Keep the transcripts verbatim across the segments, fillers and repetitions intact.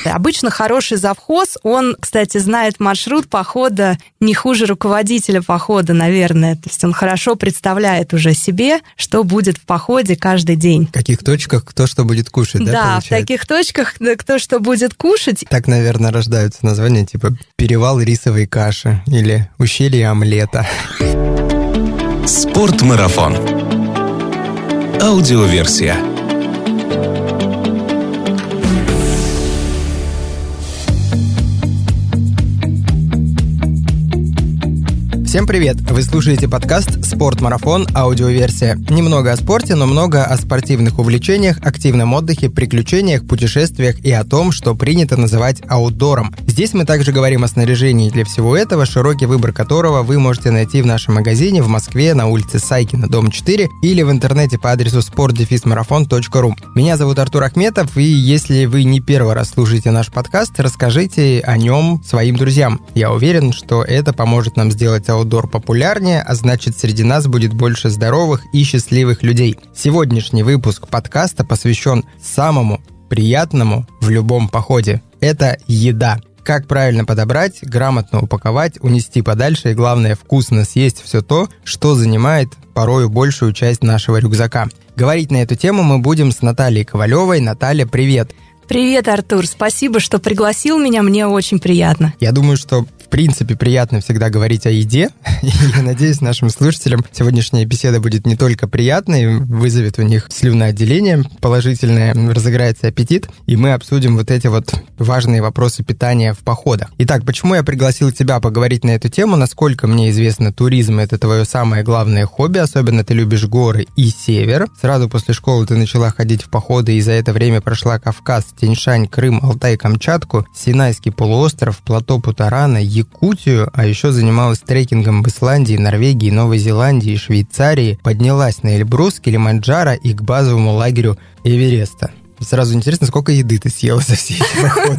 Обычно хороший завхоз, он, кстати, знает маршрут похода не хуже руководителя похода, наверное. То есть он хорошо представляет уже себе, что будет в походе каждый день. В каких точках кто что будет кушать, да, Да, получается? в таких точках кто что будет кушать. Так, наверное, рождаются названия типа «Перевал рисовой каши» или «Ущелье омлета». Спортмарафон. Аудиоверсия. Всем привет! Вы слушаете подкаст «Спортмарафон. Аудиоверсия». Немного о спорте, но много о спортивных увлечениях, активном отдыхе, приключениях, путешествиях и о том, что принято называть аутдором. Здесь мы также говорим о снаряжении для всего этого, широкий выбор которого вы можете найти в нашем магазине в Москве на улице Сайкина, дом четыре, или в интернете по адресу спорт дефис марафон точка ру. Меня зовут Артур Ахметов, и если вы не первый раз слушаете наш подкаст, расскажите о нем своим друзьям. Я уверен, что это поможет нам сделать аутдор популярнее, а значит, среди нас будет больше здоровых и счастливых людей. Сегодняшний выпуск подкаста посвящен самому приятному в любом походе. Это еда. Как правильно подобрать, грамотно упаковать, унести подальше и, главное, вкусно съесть все то, что занимает порою большую часть нашего рюкзака. Говорить на эту тему мы будем с Натальей Ковалевой. Наталья, привет! Привет, Артур, спасибо, что пригласил меня, мне очень приятно. Я думаю, что в принципе приятно всегда говорить о еде, и я надеюсь, нашим слушателям сегодняшняя беседа будет не только приятной, вызовет у них слюноотделение положительное, разыграется аппетит, и мы обсудим вот эти вот важные вопросы питания в походах. Итак, почему я пригласил тебя поговорить на эту тему? Насколько мне известно, туризм — это твое самое главное хобби, особенно ты любишь горы и север. Сразу после школы ты начала ходить в походы, и за это время прошла Кавказ, Тянь-Шань, Крым, Алтай, Камчатку, Синайский полуостров, плато Путарана, Якутию, а еще занималась трекингом в Исландии, Норвегии, Новой Зеландии и Швейцарии, поднялась на Эльбрус, Килиманджаро и к базовому лагерю Эвереста. Сразу интересно, сколько еды ты съела за все эти походы?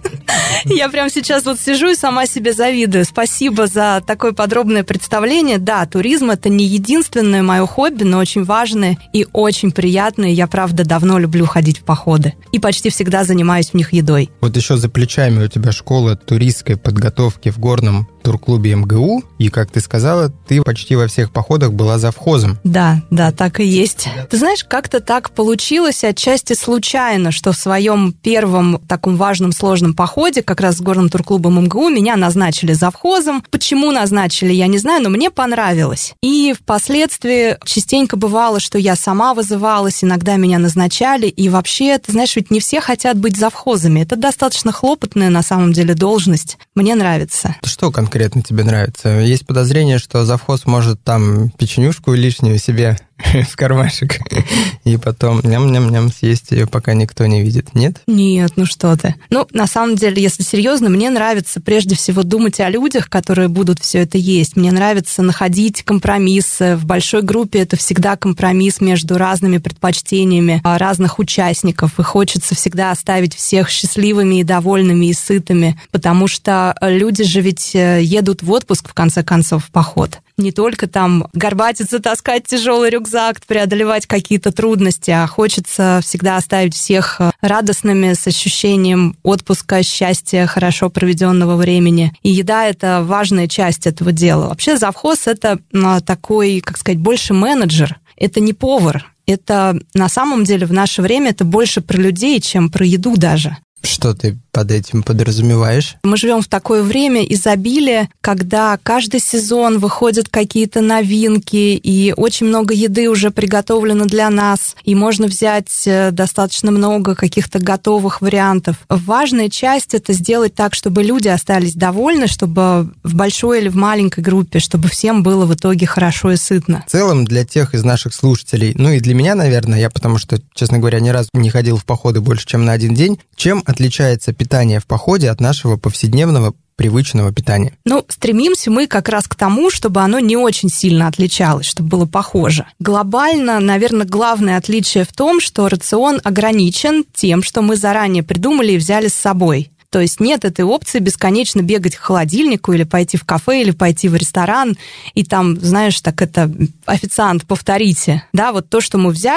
Я прямо сейчас вот сижу и сама себе завидую. Спасибо за такое подробное представление. Да, туризм — это не единственное мое хобби, но очень важное и очень приятное. Я, правда, давно люблю ходить в походы. И почти всегда занимаюсь в них едой. Вот еще за плечами у тебя школа туристской подготовки в горном турклубе эм гэ у, и, как ты сказала, ты почти во всех походах была завхозом. Да, да, так и есть. Ты знаешь, как-то так получилось отчасти случайно, что в своем первом таком важном, сложном походе, как раз с горным турклубом эм гэ у, меня назначили завхозом. Почему назначили, я не знаю, но мне понравилось. И впоследствии частенько бывало, что я сама вызывалась, иногда меня назначали, и вообще, ты знаешь, ведь не все хотят быть завхозами. Это достаточно хлопотная, на самом деле, должность. Мне нравится. Что конкретно конкретно тебе нравится? Есть подозрение, что завхоз может там печенюшку лишнюю себе в кармашек и потом ням-ням-ням съесть ее, пока никто не видит, нет? Нет, ну что ты. Ну, на самом деле, если серьезно, мне нравится прежде всего думать о людях, которые будут все это есть. Мне нравится находить компромиссы. В большой группе это всегда компромисс между разными предпочтениями разных участников, и хочется всегда оставить всех счастливыми и довольными и сытыми, потому что люди же ведь едут в отпуск, в конце концов, в поход. Не только там горбатиться, таскать тяжелый рюкзак, преодолевать какие-то трудности, а хочется всегда оставить всех радостными, с ощущением отпуска, счастья, хорошо проведенного времени. И еда — это важная часть этого дела. Вообще завхоз — это такой, как сказать, больше менеджер, это не повар. Это на самом деле в наше время это больше про людей, чем про еду даже. Что ты под этим подразумеваешь? Мы живем в такое время изобилия, когда каждый сезон выходят какие-то новинки, и очень много еды уже приготовлено для нас, и можно взять достаточно много каких-то готовых вариантов. Важная часть — это сделать так, чтобы люди остались довольны, чтобы в большой или в маленькой группе, чтобы всем было в итоге хорошо и сытно. В целом, для тех из наших слушателей, ну и для меня, наверное, я потому что, честно говоря, ни разу не ходил в походы больше, чем на один день, чем отличается питание в походе от нашего повседневного привычного питания? Ну, стремимся мы как раз к тому, чтобы оно не очень сильно отличалось, чтобы было похоже. Глобально, наверное, главное отличие в том, что рацион ограничен тем, что мы заранее придумали и взяли с собой. То есть нет этой опции бесконечно бегать к холодильнику или пойти в кафе, или пойти в ресторан, и там, знаешь, так это, официант, повторите. Да, вот то, что мы взяли,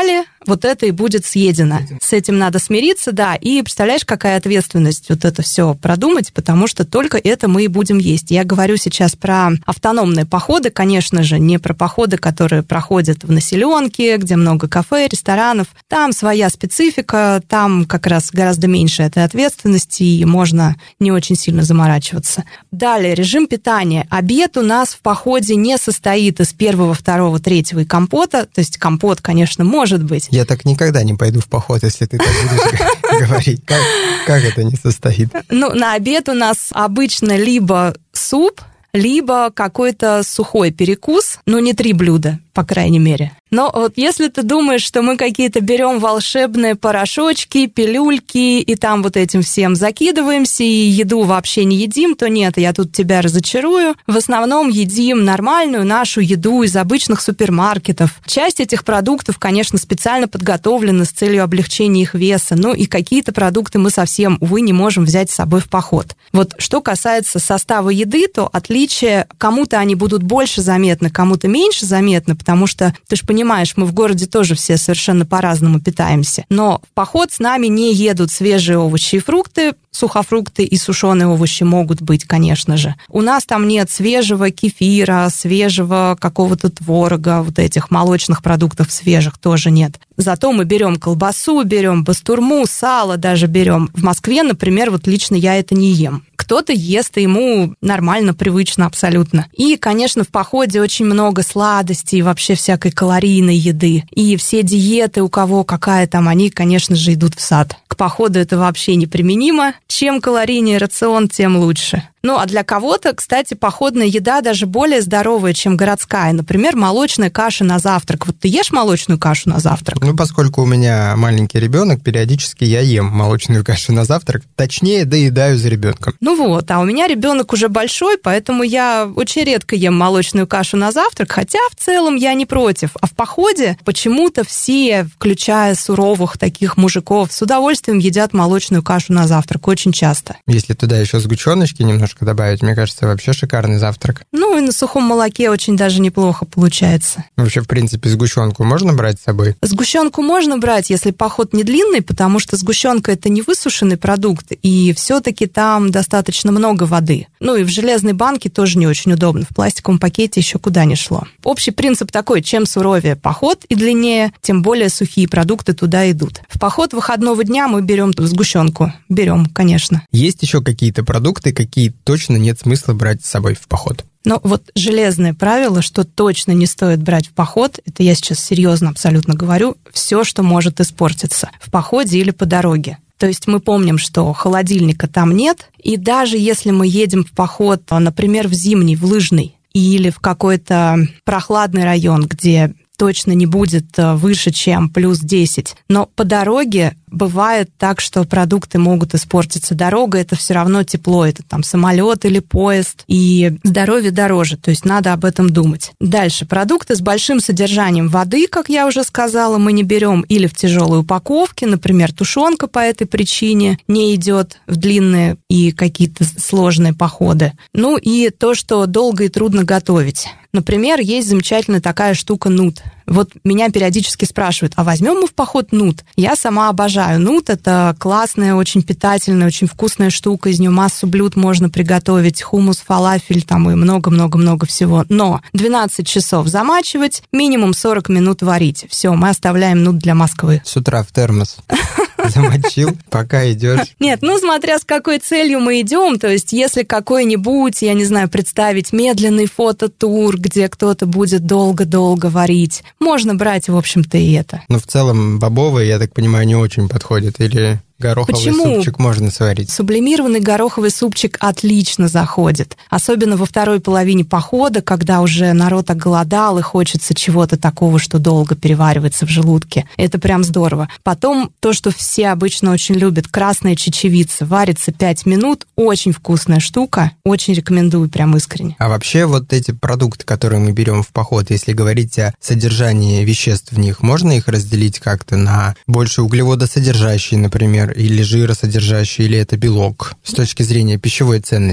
вот это и будет съедено. С этим надо смириться, да, и представляешь, какая ответственность вот это все продумать, потому что только это мы и будем есть. Я говорю сейчас про автономные походы, конечно же, не про походы, которые проходят в населенке, где много кафе, ресторанов. Там своя специфика, там как раз гораздо меньше этой ответственности, и можно не очень сильно заморачиваться. Далее, режим питания. Обед у нас в походе не состоит из первого, второго, третьего и компота. То есть компот, конечно, может быть. Я так никогда не пойду в поход, если ты так будешь говорить. Как это не состоит? Ну, на обед у нас обычно либо суп, либо какой-то сухой перекус, но не три блюда, по крайней мере. Но вот если ты думаешь, что мы какие-то берем волшебные порошочки, пилюльки, и там вот этим всем закидываемся, и еду вообще не едим, то нет, я тут тебя разочарую. В основном едим нормальную нашу еду из обычных супермаркетов. Часть этих продуктов, конечно, специально подготовлена с целью облегчения их веса, ну и какие-то продукты мы совсем, увы, не можем взять с собой в поход. Вот что касается состава еды, то отличия, кому-то они будут больше заметны, кому-то меньше заметны, потому что, ты же понимаешь, мы в городе тоже все совершенно по-разному питаемся. Но в поход с нами не едут свежие овощи и фрукты, сухофрукты и сушеные овощи могут быть, конечно же. У нас там нет свежего кефира, свежего какого-то творога, вот этих молочных продуктов свежих тоже нет. Зато мы берем колбасу, берем бастурму, сало даже берем. В Москве, например, вот лично я это не ем. Кто-то ест, и ему нормально, привычно абсолютно. И, конечно, в походе очень много сладостей, вообще всякой калорийной еды. И все диеты, у кого какая там, они, конечно же, идут в сад. К походу это вообще неприменимо. Чем калорийнее рацион, тем лучше. Ну, а для кого-то, кстати, походная еда даже более здоровая, чем городская. Например, молочная каша на завтрак. Вот ты ешь молочную кашу на завтрак? Ну, поскольку у меня маленький ребенок, периодически я ем молочную кашу на завтрак. Точнее, доедаю за ребенком. Ну вот, а у меня ребенок уже большой, поэтому я очень редко ем молочную кашу на завтрак, хотя в целом я не против. А в походе почему-то все, включая суровых таких мужиков, с удовольствием едят молочную кашу на завтрак очень часто. Если туда еще сгущеночки немножко добавить, мне кажется, вообще шикарный завтрак. Ну и на сухом молоке очень даже неплохо получается. Вообще, в принципе, сгущенку можно брать с собой? Сгущенку можно брать, если поход не длинный, потому что сгущенка это не высушенный продукт, и все-таки там достаточно много воды. Ну и в железной банке тоже не очень удобно, в пластиковом пакете еще куда ни шло. Общий принцип такой: чем суровее поход и длиннее, тем более сухие продукты туда идут. В поход выходного дня мы берем сгущенку. Берем, конечно. Есть еще какие-то продукты, какие точно нет смысла брать с собой в поход? Но вот железное правило, что точно не стоит брать в поход, это я сейчас серьезно абсолютно говорю, все, что может испортиться в походе или по дороге. То есть мы помним, что холодильника там нет, и даже если мы едем в поход, например, в зимний, в лыжный, или в какой-то прохладный район, где точно не будет выше, чем плюс десять. Но по дороге бывает так, что продукты могут испортиться. Дорога — это все равно тепло, это там самолет или поезд, и здоровье дороже, то есть надо об этом думать. Дальше. Продукты с большим содержанием воды, как я уже сказала, мы не берем, или в тяжелой упаковке, например, тушенка по этой причине не идет в длинные и какие-то сложные походы. Ну и то, что долго и трудно готовить. Например, есть замечательная такая штука нут. Вот меня периодически спрашивают, а возьмем мы в поход нут? Я сама обожаю нут, это классная, очень питательная, очень вкусная штука, из нее массу блюд можно приготовить, хумус, фалафель там и много-много-много всего. Но двенадцать часов замачивать, минимум сорок минут варить. Все, мы оставляем нут для Москвы. С утра в термос замочил, пока идешь. Нет, ну смотря с какой целью мы идем, то есть если какой-нибудь, я не знаю, представить медленный фототур, где кто-то будет долго-долго варить, можно брать, в общем-то, и это. Но в целом бобовые, я так понимаю, не очень подходят, или... Гороховый Почему? Супчик можно сварить. Сублимированный гороховый супчик отлично заходит. Особенно во второй половине похода, когда уже народ оголодал и хочется чего-то такого, что долго переваривается в желудке. Это прям здорово. Потом то, что все обычно очень любят, красная чечевица. Варится пять минут. Очень вкусная штука. Очень рекомендую, прям искренне. А вообще вот эти продукты, которые мы берем в поход, если говорить о содержании веществ в них, можно их разделить как-то на больше углеводосодержащие, например, или жиросодержащий, или это белок, с точки зрения пищевой ценности?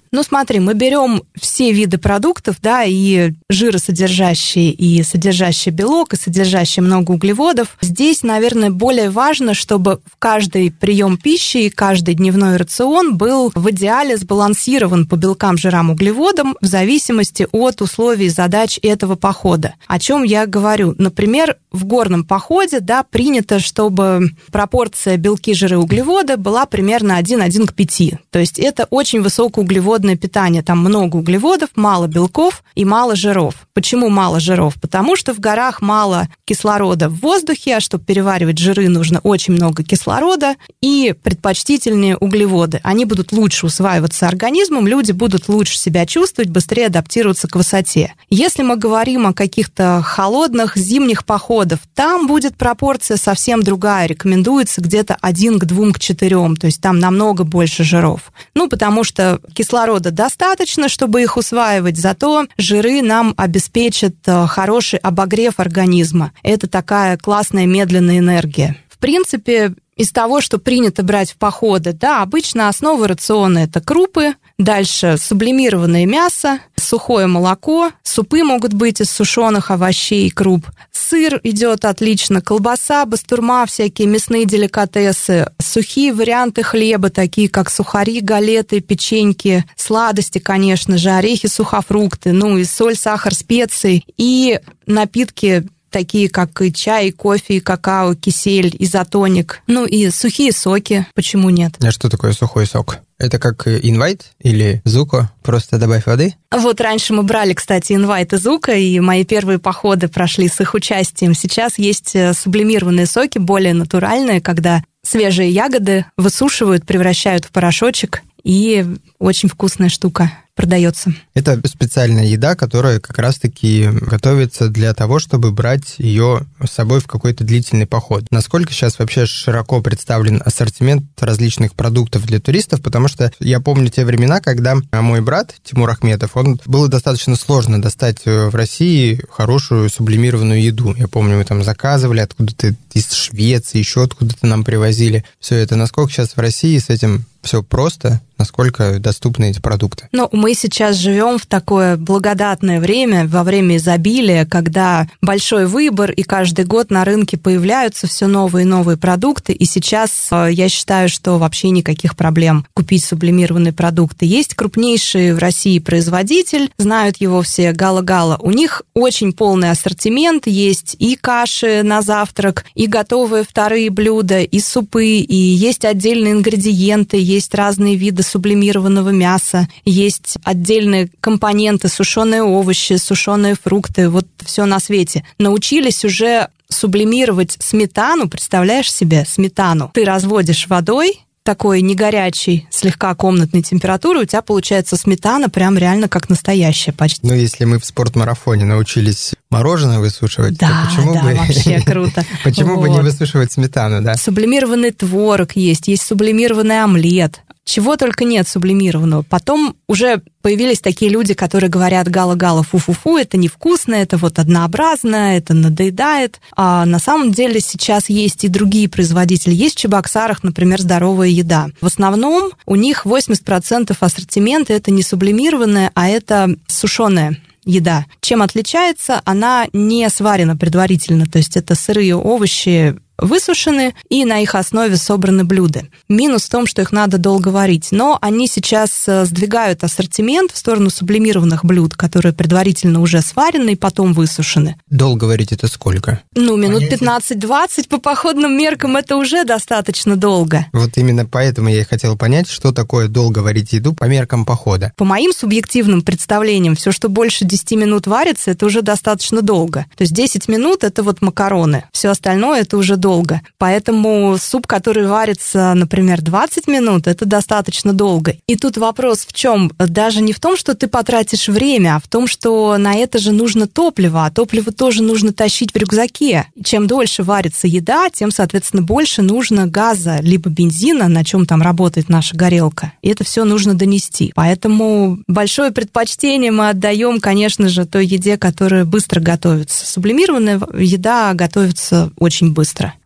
Ну, смотри, мы берем все виды продуктов, да, и жиросодержащие, и содержащие белок, и содержащие много углеводов. Здесь, наверное, более важно, чтобы в каждый прием пищи и каждый дневной рацион был в идеале сбалансирован по белкам, жирам, углеводам в зависимости от условий и задач этого похода. О чем я говорю? Например, в горном походе, да, принято, чтобы пропорция белки, жиры, углеводы была примерно один один к пяти. То есть это очень высокоуглеводное питание. Там много углеводов, мало белков и мало жиров. Почему мало жиров? Потому что в горах мало кислорода в воздухе, а чтобы переваривать жиры, нужно очень много кислорода и предпочтительнее углеводы. Они будут лучше усваиваться организмом, люди будут лучше себя чувствовать, быстрее адаптироваться к высоте. Если мы говорим о каких-то холодных зимних походах, там будет пропорция совсем другая. Рекомендуется где-то один к двум, к четырем. То есть там намного больше жиров. Ну, потому что кислорода достаточно, чтобы их усваивать, зато жиры нам обеспечат хороший обогрев организма. Это такая классная медленная энергия. В принципе, из того, что принято брать в походы, да, обычно основа рациона – это крупы, дальше сублимированное мясо, сухое молоко, супы могут быть из сушеных овощей и круп, сыр идет отлично, колбаса, бастурма, всякие мясные деликатесы, сухие варианты хлеба, такие как сухари, галеты, печеньки, сладости, конечно же, орехи, сухофрукты, ну и соль, сахар, специи и напитки, такие как и чай, и кофе, и какао, кисель, изотоник. Ну и сухие соки, почему нет? А что такое сухой сок? Это как инвайт или зуко? Просто добавь воды? Вот раньше мы брали, кстати, инвайт и зуко, и мои первые походы прошли с их участием. Сейчас есть сублимированные соки, более натуральные, когда свежие ягоды высушивают, превращают в порошочек, и очень вкусная штука продается. Это специальная еда, которая как раз-таки готовится для того, чтобы брать ее с собой в какой-то длительный поход. Насколько сейчас вообще широко представлен ассортимент различных продуктов для туристов? Потому что я помню те времена, когда мой брат Тимур Ахметов, он было достаточно сложно достать в России хорошую сублимированную еду. Я помню, мы там заказывали откуда-то из Швеции, еще откуда-то нам привозили. Все это. Насколько сейчас в России с этим все просто, насколько доступны эти продукты? Ну, мы сейчас живем в такое благодатное время, во время изобилия, когда большой выбор, и каждый год на рынке появляются все новые и новые продукты, и сейчас я считаю, что вообще никаких проблем купить сублимированные продукты. Есть крупнейший в России производитель, знают его все, Гала-Гала. У них очень полный ассортимент, есть и каши на завтрак, и готовые вторые блюда, и супы, и есть отдельные ингредиенты, есть разные виды сублимированного мяса, есть отдельные компоненты, сушеные овощи, сушеные фрукты, вот все на свете. Научились уже сублимировать сметану, представляешь себе, сметану. Ты разводишь водой, такой не горячий, слегка комнатной температуры, у тебя получается сметана прям реально как настоящая почти. Ну, если мы в спортмарафоне научились мороженое высушивать, да, то почему да, бы... вообще круто. Почему бы не высушивать сметану, да? Сублимированный творог есть, есть сублимированный омлет. Чего только нет сублимированного. Потом уже появились такие люди, которые говорят: гала-гала, фу-фу-фу, это невкусно, это вот однообразно, это надоедает. А на самом деле сейчас есть и другие производители. Есть в Чебоксарах, например, «Здоровая еда». В основном у них восемьдесят процентов ассортимента это не сублимированное, а это сушеная еда. Чем отличается? Она не сварена предварительно, то есть это сырые овощи, высушены, и на их основе собраны блюда. Минус в том, что их надо долго варить, но они сейчас сдвигают ассортимент в сторону сублимированных блюд, которые предварительно уже сварены и потом высушены. Долго варить это сколько? Ну, минут пятнадцать-двадцать по походным меркам это уже достаточно долго. Вот именно поэтому я и хотел понять, что такое долго варить еду по меркам похода. По моим субъективным представлениям, все, что больше десяти минут варится, это уже достаточно долго. То есть десять минут – это вот макароны, все остальное – это уже долго. Поэтому суп, который варится, например, двадцать минут, это достаточно долго. И тут вопрос в чем? Даже не в том, что ты потратишь время, а в том, что на это же нужно топливо, а топливо тоже нужно тащить в рюкзаке. И чем дольше варится еда, тем, соответственно, больше нужно газа, либо бензина, на чем там работает наша горелка. И это все нужно донести. Поэтому большое предпочтение мы отдаем, конечно же, той еде, которая быстро готовится. Сублимированная еда готовится очень быстро.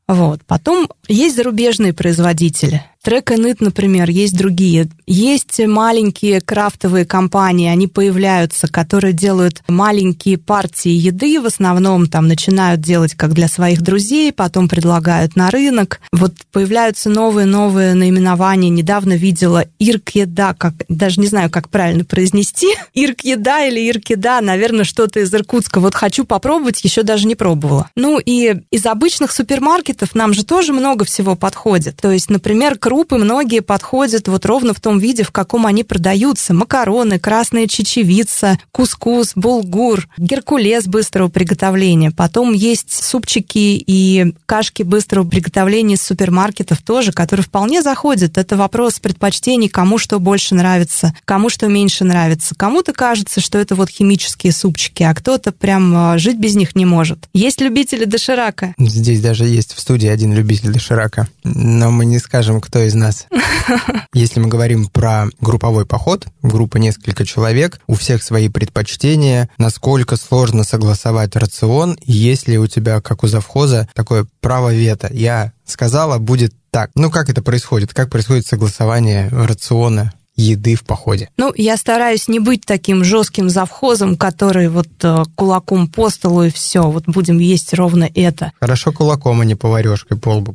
Вот. Потом есть зарубежные производители. Трек энд ит, например, есть другие. Есть маленькие крафтовые компании, они появляются, которые делают маленькие партии еды, в основном там начинают делать как для своих друзей, потом предлагают на рынок. Вот появляются новые-новые наименования. Недавно видела Ирк-еда, как, даже не знаю, как правильно произнести. Ирк-еда или Ирк-еда, наверное, что-то из Иркутска. Вот хочу попробовать, еще даже не пробовала. Ну и из обычных супермаркетов нам же тоже много всего подходит. То есть, например, крупы многие подходят вот ровно в том виде, в каком они продаются. Макароны, красная чечевица, кускус, булгур, геркулес быстрого приготовления. Потом есть супчики и кашки быстрого приготовления из супермаркетов тоже, которые вполне заходят. Это вопрос предпочтений, кому что больше нравится, кому что меньше нравится. Кому-то кажется, что это вот химические супчики, а кто-то прям жить без них не может. Есть любители доширака. Здесь даже есть в студии один любитель доширака, но мы не скажем, кто из нас. Если мы говорим про групповой поход, группа несколько человек, у всех свои предпочтения, насколько сложно согласовать рацион, есть ли у тебя, как у завхоза, такое право вето. Я сказала, будет так. Ну, как это происходит? Как происходит согласование рациона еды в походе? Ну, я стараюсь не быть таким жестким завхозом, который вот э, кулаком по столу и все, вот будем есть ровно это. Хорошо кулаком, а не поварешкой по лбу.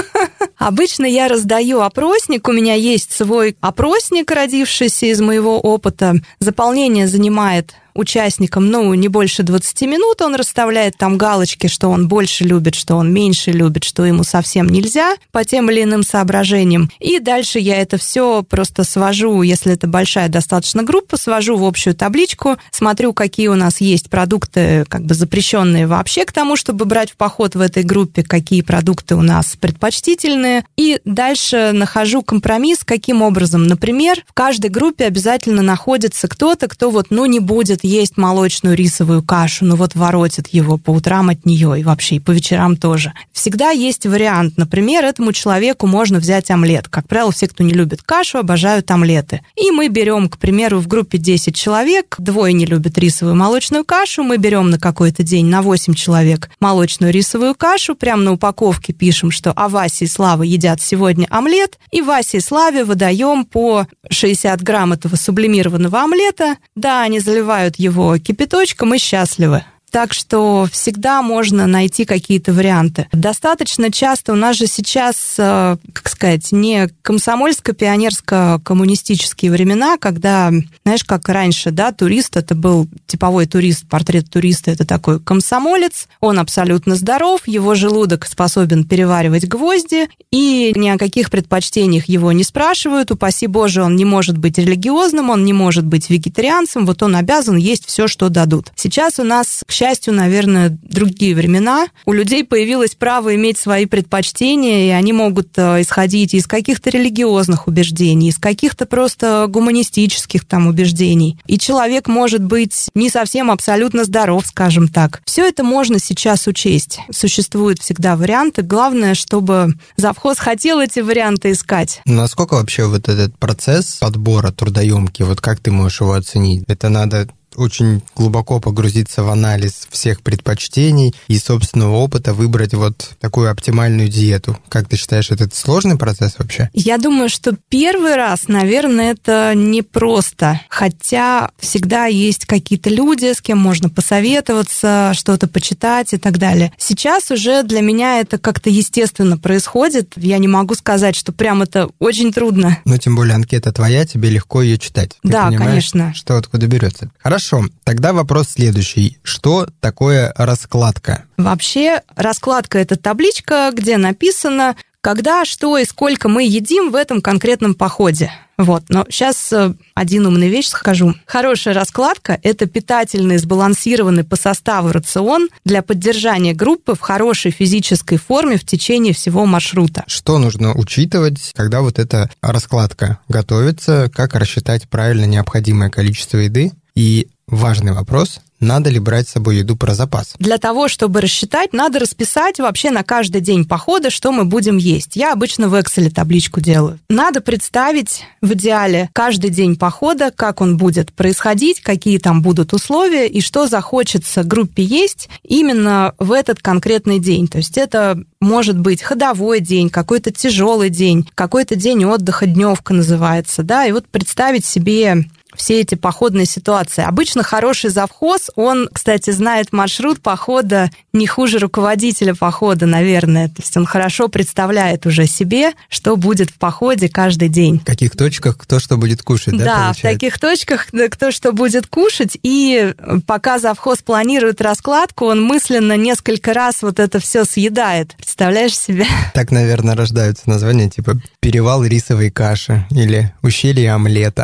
Обычно я раздаю опросник, у меня есть свой опросник, родившийся из моего опыта. Заполнение занимает участникам, ну, не больше двадцати минут, он расставляет там галочки, что он больше любит, что он меньше любит, что ему совсем нельзя по тем или иным соображениям. И дальше я это все просто свожу, если это большая достаточно группа, свожу в общую табличку, смотрю, какие у нас есть продукты, как бы запрещенные вообще к тому, чтобы брать в поход в этой группе, какие продукты у нас предпочтительные. И дальше нахожу компромисс, каким образом. Например, в каждой группе обязательно находится кто-то, кто вот, ну, не будет есть молочную рисовую кашу, ну вот воротит его по утрам от нее и вообще и по вечерам тоже. Всегда есть вариант. Например, этому человеку можно взять омлет. Как правило, все, кто не любит кашу, обожают омлеты. И мы берем, к примеру, в группе десять человек, двое не любят рисовую молочную кашу, мы берем на какой-то день на восемь человек молочную рисовую кашу, прямо на упаковке пишем, что а Вася и Слава едят сегодня омлет, и Васе и Славе выдаем по шестьдесят грамм этого сублимированного омлета. Да, они заливают его кипяточком и счастливы. Так что всегда можно найти какие-то варианты. Достаточно часто у нас же сейчас, как сказать, не комсомольско-пионерско-коммунистические времена, когда, знаешь, как раньше, да, турист, это был типовой турист, портрет туриста, это такой комсомолец, он абсолютно здоров, его желудок способен переваривать гвозди, и ни о каких предпочтениях его не спрашивают, упаси Боже, он не может быть религиозным, он не может быть вегетарианцем, вот он обязан есть все, что дадут. Сейчас у нас, к счастью, наверное, другие времена. У людей появилось право иметь свои предпочтения, и они могут исходить из каких-то религиозных убеждений, из каких-то просто гуманистических там убеждений. И человек может быть не совсем абсолютно здоров, скажем так. Все это можно сейчас учесть. Существуют всегда варианты. Главное, чтобы завхоз хотел эти варианты искать. Насколько вообще вот этот процесс подбора трудоемкий, вот как ты можешь его оценить? Это надо очень глубоко погрузиться в анализ всех предпочтений и собственного опыта выбрать вот такую оптимальную диету. Как ты считаешь, это сложный процесс вообще? Я думаю, что первый раз, наверное, это непросто. Хотя всегда есть какие-то люди, с кем можно посоветоваться, что-то почитать и так далее. Сейчас уже для меня это как-то естественно происходит. Я не могу сказать, что прям это очень трудно. Но тем более анкета твоя, тебе легко ее читать. Ты да, понимаешь, конечно. Что откуда берется. Хорошо. Хорошо, тогда вопрос следующий. Что такое раскладка? Вообще, раскладка – это табличка, где написано, когда, что и сколько мы едим в этом конкретном походе. Вот. Но сейчас один умную вещь скажу. Хорошая раскладка – это питательный, сбалансированный по составу рацион для поддержания группы в хорошей физической форме в течение всего маршрута. Что нужно учитывать, когда вот эта раскладка готовится? Как рассчитать правильно необходимое количество еды? И важный вопрос, Надо ли брать с собой еду про запас? Для того, чтобы рассчитать, надо расписать вообще на каждый день похода, что мы будем есть. Я обычно в Excel табличку делаю. Надо представить в идеале каждый день похода, как он будет происходить, какие там будут условия и что захочется группе есть именно в этот конкретный день. То есть это может быть ходовой день, какой-то тяжелый день, какой-то день отдыха, дневка называется, да, и вот представить себе все эти походные ситуации. Обычно хороший завхоз, он, кстати, знает маршрут похода не хуже руководителя похода, наверное. То есть он хорошо представляет уже себе, что будет в походе каждый день. В каких точках кто что будет кушать, да, Да, получается? в таких точках кто что будет кушать. И пока завхоз планирует раскладку, он мысленно несколько раз вот это все съедает. Представляешь себе? Так, наверное, рождаются названия типа «Перевал рисовой каши» или «Ущелье омлета».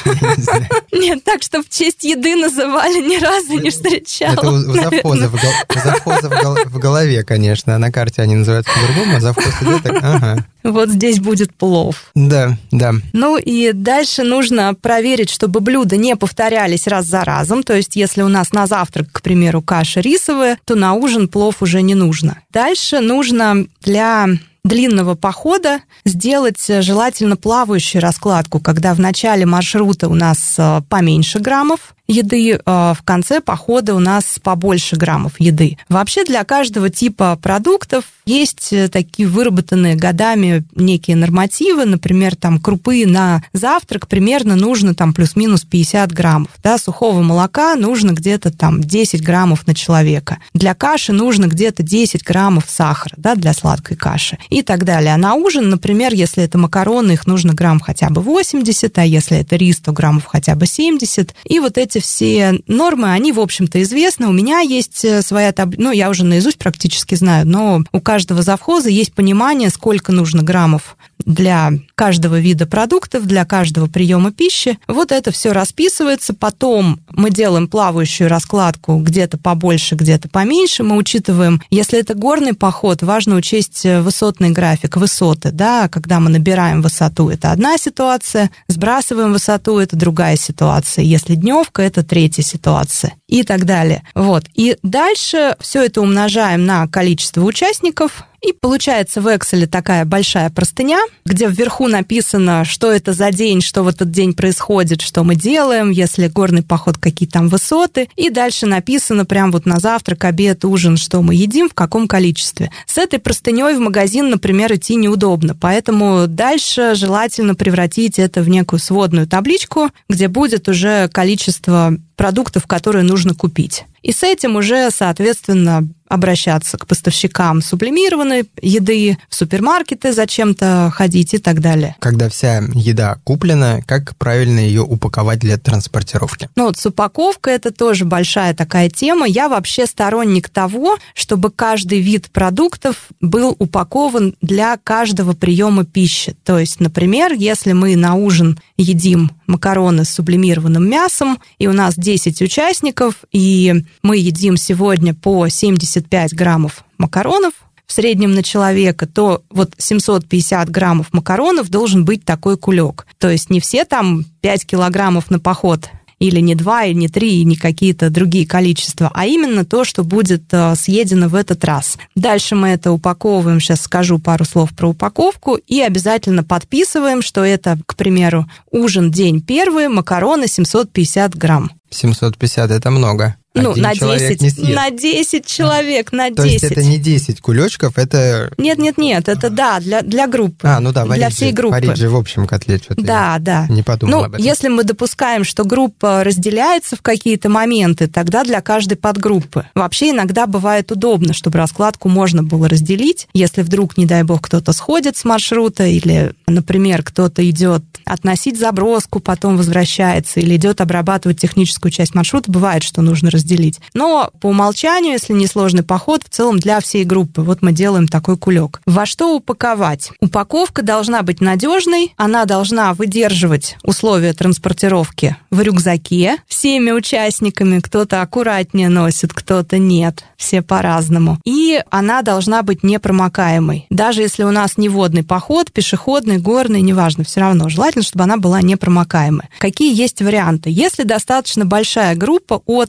Нет, так, что в честь еды называли, ни разу не встречала. Это у завхоза, в, гол... у завхоза в, гол... в голове, конечно. А на карте они называются по-другому, а завхоз идет так, ага. Вот здесь будет плов. Да, да. Ну и дальше нужно проверить, чтобы блюда не повторялись раз за разом. То есть если у нас на завтрак, к примеру, каша рисовая, то на ужин плов уже не нужно. Дальше нужно для длинного похода сделать желательно плавающую раскладку, когда в начале маршрута у нас поменьше граммов еды, в конце похода у нас побольше граммов еды. Вообще для каждого типа продуктов есть такие выработанные годами некие нормативы, например, там крупы на завтрак примерно нужно там плюс-минус пятьдесят граммов, да, сухого молока нужно где-то там десять граммов на человека, для каши нужно где-то десять граммов сахара, да, для сладкой каши и так далее. А на ужин, например, если это макароны, их нужно грамм хотя бы восемьдесят, а если это рис, то граммов хотя бы семьдесят, и вот эти все нормы, они, в общем-то, известны. У меня есть своя таблица, ну, я уже наизусть практически знаю, но у каждого завхоза есть понимание, сколько нужно граммов для каждого вида продуктов, для каждого приема пищи. Вот это все расписывается. Потом мы делаем плавающую раскладку где-то побольше, где-то поменьше. Мы учитываем, если это горный поход, важно учесть высотный график, высоты, да, когда мы набираем высоту, это одна ситуация, сбрасываем высоту, это другая ситуация. Если дневка, это третья ситуация и так далее. Вот. И дальше все это умножаем на количество участников, и получается в Excel такая большая простыня, где вверху написано, что это за день, что в этот день происходит, что мы делаем, если горный поход, какие там высоты. И дальше написано прям вот на завтрак, обед, ужин, что мы едим, в каком количестве. С этой простыней в магазин, например, идти неудобно, поэтому дальше желательно превратить это в некую сводную табличку, где будет уже количество продуктов, которые нужно купить. И с этим уже, соответственно, обращаться к поставщикам сублимированной еды, в супермаркеты зачем-то ходить и так далее. Когда вся еда куплена, как правильно ее упаковать для транспортировки? Ну вот с упаковкой это тоже большая такая тема. Я вообще сторонник того, чтобы каждый вид продуктов был упакован для каждого приема пищи. То есть, например, если мы на ужин едим макароны с сублимированным мясом, и у нас десять участников, и мы едим сегодня по семьдесят пять граммов макаронов в среднем на человека, то вот семьсот пятьдесят граммов макаронов должен быть такой кулек. То есть не все там пять килограммов на поход, или не два, или не три, и не какие-то другие количества, а именно то, что будет съедено в этот раз. Дальше мы это упаковываем, сейчас скажу пару слов про упаковку, и обязательно подписываем, что это, к примеру, ужин день первый, макароны семьсот пятьдесят грамм. семьсот пятьдесят – это много. Ну, Один на человек десять, не съест. на десять человек, на То десять. есть это не десять кулечков, это... Нет-нет-нет, это да, для, для группы. А, ну да, варить для же, всей группы. варить же в общем котле что-то. Да, да. Не подумал ну, об этом. Если мы допускаем, что группа разделяется в какие-то моменты, тогда для каждой подгруппы. Вообще иногда бывает удобно, чтобы раскладку можно было разделить, если вдруг, не дай бог, кто-то сходит с маршрута, или, например, кто-то идет относить заброску, потом возвращается, или идет обрабатывать техническую часть маршрута, бывает, что нужно разделить. Но по умолчанию, если не сложный поход, в целом для всей группы. Вот мы делаем такой кулек. Во что упаковать? Упаковка должна быть надежной, она должна выдерживать условия транспортировки в рюкзаке всеми участниками. Кто-то аккуратнее носит, кто-то нет. Все по-разному. И она должна быть непромокаемой. Даже если у нас не водный поход, пешеходный, горный, неважно, все равно. Желательно, чтобы она была непромокаемой. Какие есть варианты? Если достаточно большая группа, от хотя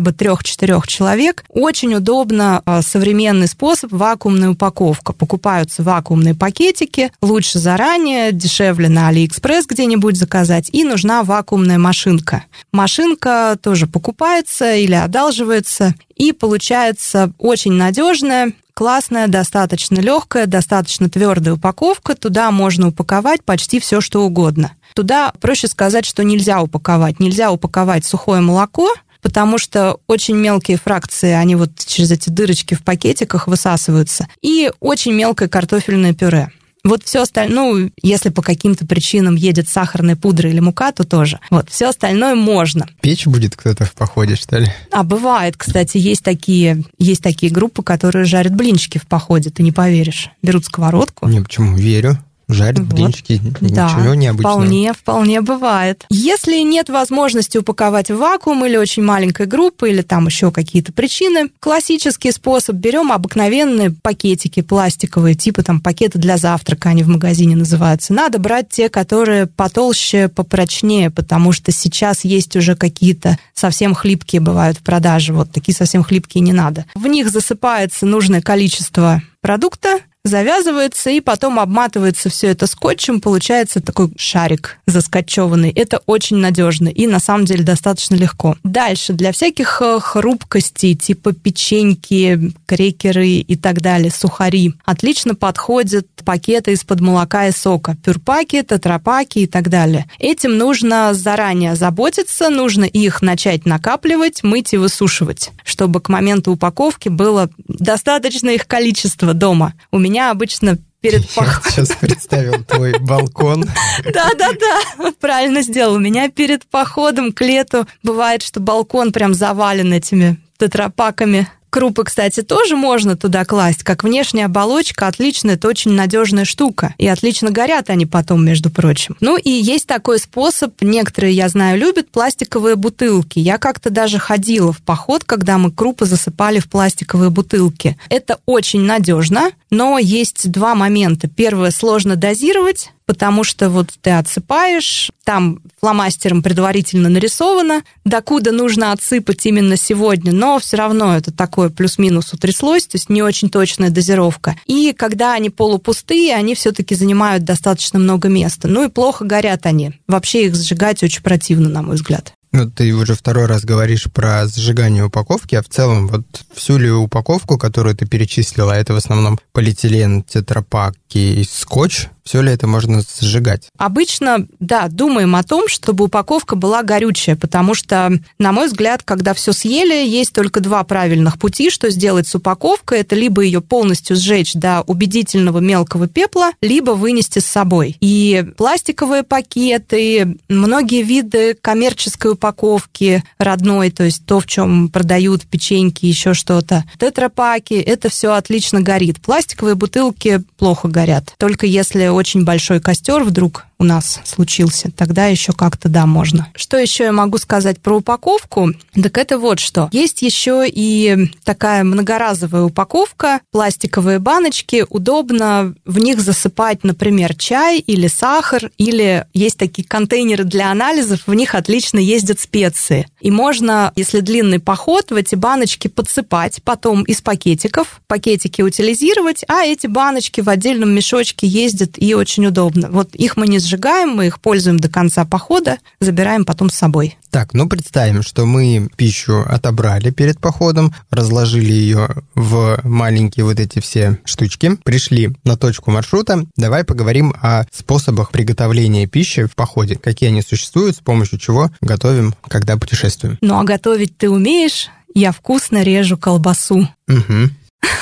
бы трех-четырех человек, очень удобно современный способ вакуумная упаковка. Покупаются вакуумные пакетики, лучше заранее, дешевле на Алиэкспресс где-нибудь заказать, и нужна вакуумная машинка. Машинка тоже покупается или одалживается, и получается очень надежная, классная, достаточно легкая, достаточно твердая упаковка. Туда можно упаковать почти все, что угодно. Туда проще сказать, что нельзя упаковать. Нельзя упаковать сухое молоко, потому что очень мелкие фракции, они вот через эти дырочки в пакетиках высасываются, и очень мелкое картофельное пюре. Вот все остальное, ну, если по каким-то причинам едет сахарная пудра или мука, то тоже. Вот, все остальное можно. Печь будет кто-то в походе, что ли? А бывает, кстати, есть такие, есть такие группы, которые жарят блинчики в походе, ты не поверишь. Берут сковородку. Не, почему? Верю. Жарят вот. Блинчики, да, ничего необычного. Вполне, вполне бывает. Если нет возможности упаковать в вакуум или очень маленькой группы, или там еще какие-то причины, классический способ: берем обыкновенные пакетики пластиковые, типа там пакеты для завтрака, они в магазине называются. Надо брать те, которые потолще, попрочнее, потому что сейчас есть уже какие-то совсем хлипкие бывают в продаже. Вот такие совсем хлипкие не надо. В них засыпается нужное количество продукта, завязывается, и потом обматывается все это скотчем, получается такой шарик заскотчеванный. Это очень надежно и на самом деле достаточно легко. Дальше, для всяких хрупкостей, типа печеньки, крекеры и так далее, сухари, отлично подходят пакеты из-под молока и сока, пюрпаки, тетрапаки и так далее. Этим нужно заранее заботиться, нужно их начать накапливать, мыть и высушивать, чтобы к моменту упаковки было достаточно их количество дома. У меня меня обычно перед походом... Я сейчас представил твой балкон. Да-да-да, правильно сделал. У меня перед походом к лету бывает, что балкон прям завален этими тетрапаками. Крупы, кстати, тоже можно туда класть. Как внешняя оболочка, отлично, это очень надежная штука. И отлично горят они потом, между прочим. Ну и есть такой способ, некоторые, я знаю, любят пластиковые бутылки. Я как-то даже ходила в поход, когда мы крупы засыпали в пластиковые бутылки. Это очень надежно, но есть два момента. Первое, сложно дозировать, потому что вот ты отсыпаешь, там фломастером предварительно нарисовано, докуда нужно отсыпать именно сегодня, но все равно это такое плюс-минус утряслось, то есть не очень точная дозировка. И когда они полупустые, они все-таки занимают достаточно много места. Ну и плохо горят они. Вообще их сжигать очень противно, на мой взгляд. Ну, ты уже второй раз говоришь про сжигание упаковки, а в целом вот всю ли упаковку, которую ты перечислила, это в основном полиэтилен, тетрапак и скотч, все ли это можно сжигать? Обычно, да, думаем о том, чтобы упаковка была горючая, потому что, на мой взгляд, когда все съели, есть только два правильных пути, что сделать с упаковкой. Это либо ее полностью сжечь до убедительного мелкого пепла, либо вынести с собой. И пластиковые пакеты, многие виды коммерческой упаковки родной, то есть то, в чем продают печеньки, еще что-то, тетрапаки, это все отлично горит. Пластиковые бутылки плохо горят. Только если очень большой костер вдруг у нас случился, тогда еще как-то, да, можно. Что еще я могу сказать про упаковку? Так это вот что. Есть еще и такая многоразовая упаковка, пластиковые баночки. Удобно в них засыпать, например, чай или сахар, или есть такие контейнеры для анализов, в них отлично ездят специи. И можно, если длинный поход, в эти баночки подсыпать, потом из пакетиков, пакетики утилизировать, а эти баночки в отдельном мешочке ездят, и очень удобно. Вот их мы не сжигаем, мы их пользуем до конца похода, забираем потом с собой. Так, ну представим, что мы пищу отобрали перед походом, разложили ее в маленькие вот эти все штучки, пришли на точку маршрута. Давай поговорим о способах приготовления пищи в походе. Какие они существуют, с помощью чего готовим, когда путешествуем. Ну, а готовить ты умеешь? Я вкусно режу колбасу. Угу.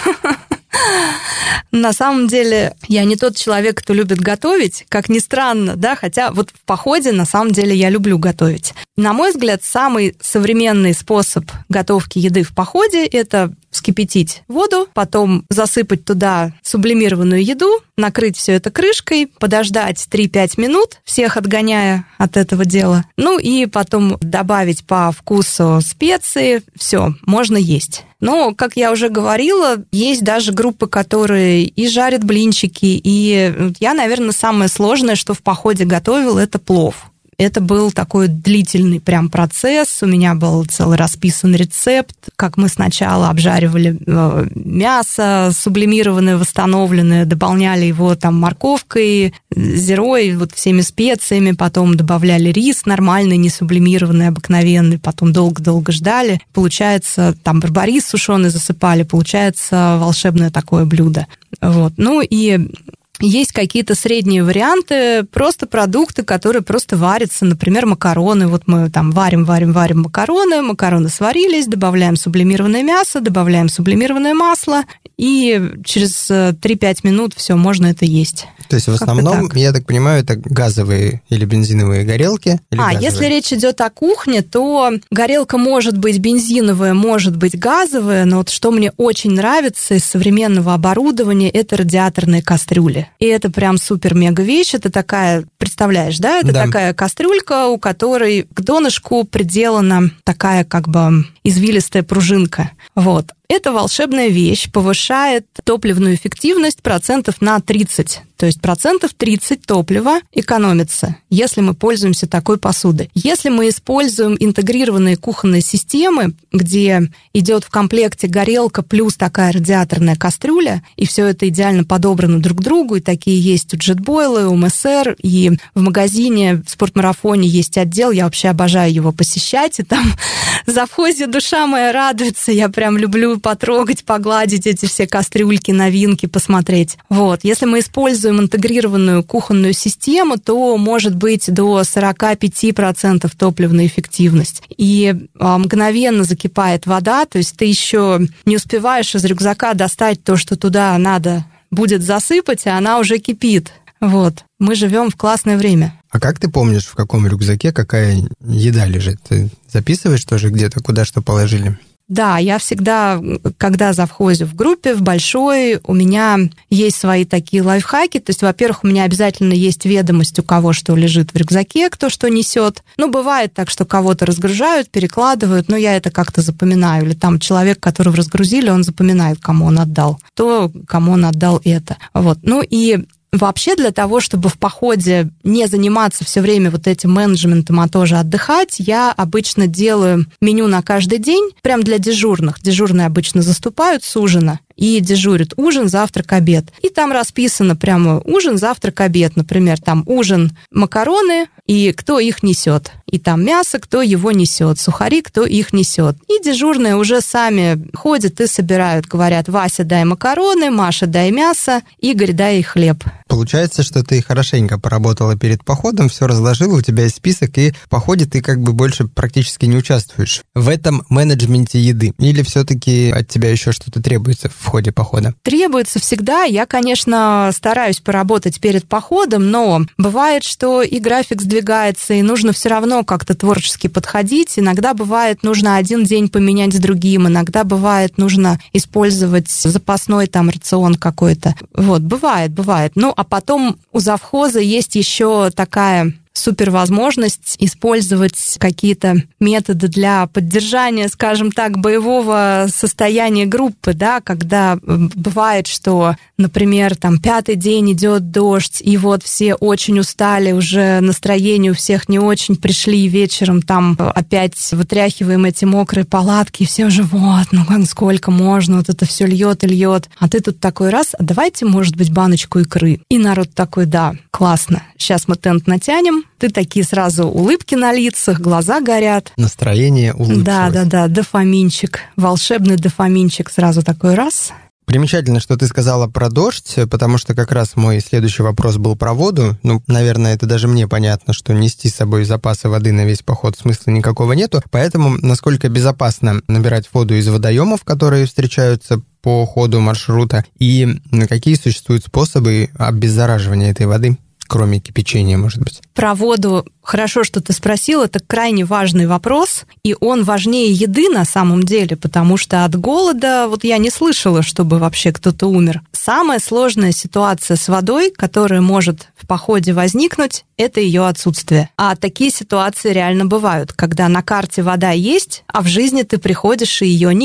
На самом деле, я не тот человек, кто любит готовить, как ни странно, да, хотя вот в походе, на самом деле, я люблю готовить. На мой взгляд, самый современный способ готовки еды в походе – это вскипятить воду, потом засыпать туда сублимированную еду, накрыть все это крышкой, подождать три-пять минут, всех отгоняя от этого дела, ну и потом добавить по вкусу специи, все, можно есть. Но, как я уже говорила, есть даже группы, которые и жарят блинчики, и я, наверное, самое сложное, что в походе готовила, это плов. Это был такой длительный прям процесс. У меня был целый расписан рецепт, как мы сначала обжаривали мясо, сублимированное, восстановленное, дополняли его там морковкой, зирой, вот всеми специями, потом добавляли рис нормальный, не сублимированный, обыкновенный, потом долго-долго ждали. Получается, там барбарис сушеный засыпали, получается волшебное такое блюдо. Вот. Ну и есть какие-то средние варианты, просто продукты, которые просто варятся, например, макароны. Вот мы там варим, варим, варим макароны, макароны сварились, добавляем сублимированное мясо, добавляем сублимированное масло, и через три-пять минут все, можно это есть. То есть в основном, так. я так понимаю, это газовые или бензиновые горелки? Или а, газовые? Если речь идет о кухне, то горелка может быть бензиновая, может быть газовая, но вот что мне очень нравится из современного оборудования, это радиаторные кастрюли. И это прям супер-мега вещь. Это такая, представляешь, да? Это да. такая кастрюлька, у которой к донышку приделана такая как бы извилистая пружинка. Вот. Эта волшебная вещь повышает топливную эффективность процентов на тридцать. То есть процентов тридцать топлива экономится, если мы пользуемся такой посудой. Если мы используем интегрированные кухонные системы, где идет в комплекте горелка плюс такая радиаторная кастрюля, и все это идеально подобрано друг к другу, и такие есть у Jetboil, у эм эс эр, и в магазине в спортмарафоне есть отдел, я вообще обожаю его посещать, и там в завхозе душа моя радуется, я прям люблю потрогать, погладить эти все кастрюльки, новинки, посмотреть. Вот. Если мы используем интегрированную кухонную систему, то может быть до сорок пять процентов топливная эффективность. И а, мгновенно закипает вода, то есть ты еще не успеваешь из рюкзака достать то, что туда надо будет засыпать, а она уже кипит. Вот. Мы живем в классное время. А как ты помнишь, в каком рюкзаке какая еда лежит? Ты записываешь тоже где-то, куда что положили? Да, я всегда, когда завхозю в группе, в большой, у меня есть свои такие лайфхаки. То есть, во-первых, у меня обязательно есть ведомость, у кого что лежит в рюкзаке, кто что несет. Ну, бывает так, что кого-то разгружают, перекладывают, но я это как-то запоминаю. Или там человек, которого разгрузили, он запоминает, кому он отдал то, кому он отдал это. Вот. Ну и вообще для того, чтобы в походе не заниматься все время вот этим менеджментом, а тоже отдыхать, я обычно делаю меню на каждый день, прям для дежурных. Дежурные обычно заступают с ужина и дежурят ужин, завтрак, обед. И там расписано прямо ужин, завтрак, обед. Например, там ужин макароны, и кто их несет. И там мясо, кто его несет. Сухари, кто их несет. И дежурные уже сами ходят и собирают. Говорят: Вася, дай макароны, Маша, дай мясо, Игорь, дай хлеб. Получается, что ты хорошенько поработала перед походом, все разложила, у тебя есть список, и в походе ты как бы больше практически не участвуешь в этом менеджменте еды. Или все-таки от тебя еще что-то требуется в ходе похода? Требуется всегда. Я, конечно, стараюсь поработать перед походом, но бывает, что и график сдвигается, и нужно все равно как-то творчески подходить. Иногда бывает, нужно один день поменять с другим, иногда бывает, нужно использовать запасной там рацион какой-то. Вот, бывает, бывает. Ну, а потом у завхоза есть еще такая супервозможность использовать какие-то методы для поддержания, скажем так, боевого состояния группы, да, когда бывает, что, например, там пятый день идет дождь, и вот все очень устали, уже настроение у всех не очень, пришли вечером, там опять вытряхиваем эти мокрые палатки, и все уже вот, ну как, сколько можно, вот это все льет и льет. А ты тут такой раз, а давайте, может быть, баночку икры. И народ такой: да, классно, сейчас мы тент натянем. Ты такие сразу улыбки на лицах, глаза горят. Настроение улучшилось. Да, да, да, дофаминчик, волшебный дофаминчик сразу такой раз. Примечательно, что ты сказала про дождь, потому что как раз мой следующий вопрос был про воду. Ну, наверное, это даже мне понятно, что нести с собой запасы воды на весь поход смысла никакого нету. Поэтому насколько безопасно набирать воду из водоемов, которые встречаются по ходу маршрута, и какие существуют способы обеззараживания этой воды? Кроме кипячения, может быть. Про воду хорошо, что ты спросил. Это крайне важный вопрос, и он важнее еды на самом деле, потому что от голода вот я не слышала, чтобы вообще кто-то умер. Самая сложная ситуация с водой, которая может в походе возникнуть, это ее отсутствие. А такие ситуации реально бывают, когда на карте вода есть, а в жизни ты приходишь, и ее нет.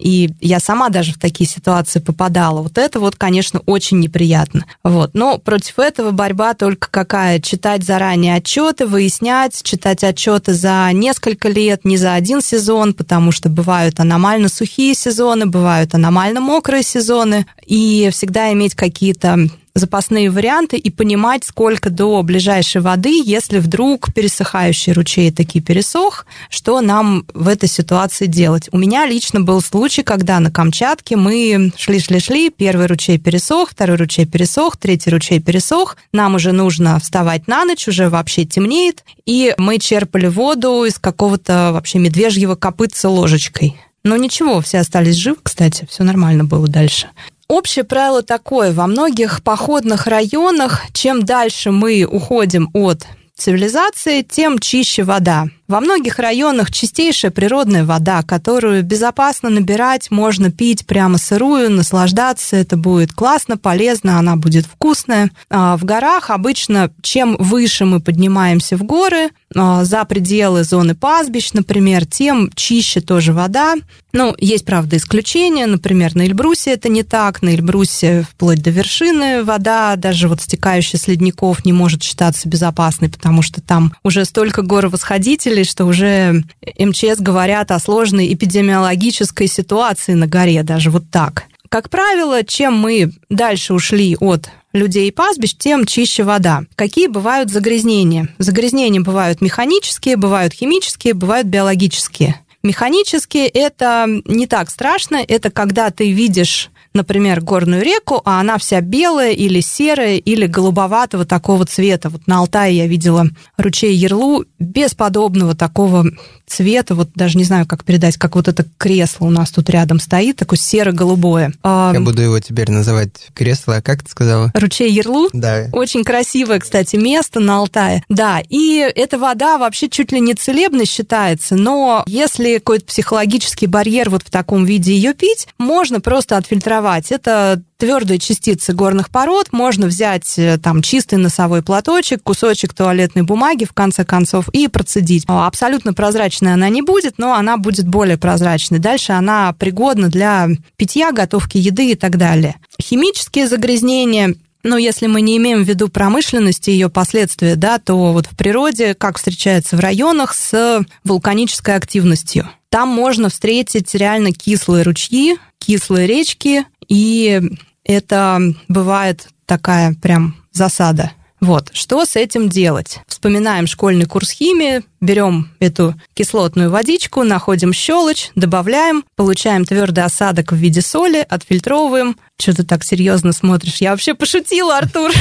и я сама даже в такие ситуации попадала. Вот это вот, конечно, очень неприятно. Вот. Но против этого борьба только какая? Читать заранее отчеты, выяснять, читать отчеты за несколько лет, не за один сезон, потому что бывают аномально сухие сезоны, бывают аномально мокрые сезоны, и всегда иметь какие-то запасные варианты и понимать, сколько до ближайшей воды, если вдруг пересыхающий ручей таки пересох, что нам в этой ситуации делать. У меня лично был случай, когда на Камчатке мы шли-шли-шли, первый ручей пересох, второй ручей пересох, третий ручей пересох, нам уже нужно вставать на ночь, уже вообще темнеет, и мы черпали воду из какого-то вообще медвежьего копытца ложечкой. Но ничего, все остались живы, кстати, все нормально было дальше. Общее правило такое: во многих походных районах, чем дальше мы уходим от цивилизации, тем чище вода. Во многих районах чистейшая природная вода, которую безопасно набирать, можно пить прямо сырую, наслаждаться, это будет классно, полезно, она будет вкусная. В горах обычно, чем выше мы поднимаемся в горы, за пределы зоны пастбищ, например, тем чище тоже вода. Ну, есть, правда, исключения, например, на Эльбрусе это не так, на Эльбрусе вплоть до вершины вода, даже вот стекающая с ледников, не может считаться безопасной, потому что там уже столько горовосходителей, что уже эм че эс говорят о сложной эпидемиологической ситуации на горе, даже вот так. Как правило, чем мы дальше ушли от людей и пастбищ, тем чище вода. Какие бывают загрязнения? Загрязнения бывают механические, бывают химические, бывают биологические. Механические – это не так страшно, это когда ты видишь, например, горную реку, а она вся белая или серая, или голубоватого такого цвета. Вот на Алтае я видела ручей Ярлу без подобного такого цвета, вот даже не знаю, как передать, как вот это кресло у нас тут рядом стоит, такое серо-голубое. Я буду его теперь называть кресло, а как ты сказала? Ручей Ярлу? Да. Очень красивое, кстати, место на Алтае. Да, и эта вода вообще чуть ли не целебной считается, но если какой-то психологический барьер вот в таком виде ее пить, можно просто отфильтровать. Это твердые частицы горных пород, можно взять там чистый носовой платочек, кусочек туалетной бумаги, в конце концов, и процедить. Абсолютно прозрачной она не будет, но она будет более прозрачной. Дальше она пригодна для питья, готовки еды и так далее. Химические загрязнения, ну, если мы не имеем в виду промышленность и ее последствия, да, то вот в природе, как встречается в районах с вулканической активностью. Там можно встретить реально кислые ручьи, кислые речки, и это бывает такая прям засада. Вот, что с этим делать? Вспоминаем школьный курс химии, берем эту кислотную водичку, находим щелочь, добавляем, получаем твердый осадок в виде соли, отфильтровываем. Что ты так серьезно смотришь? Я вообще пошутила, Артур.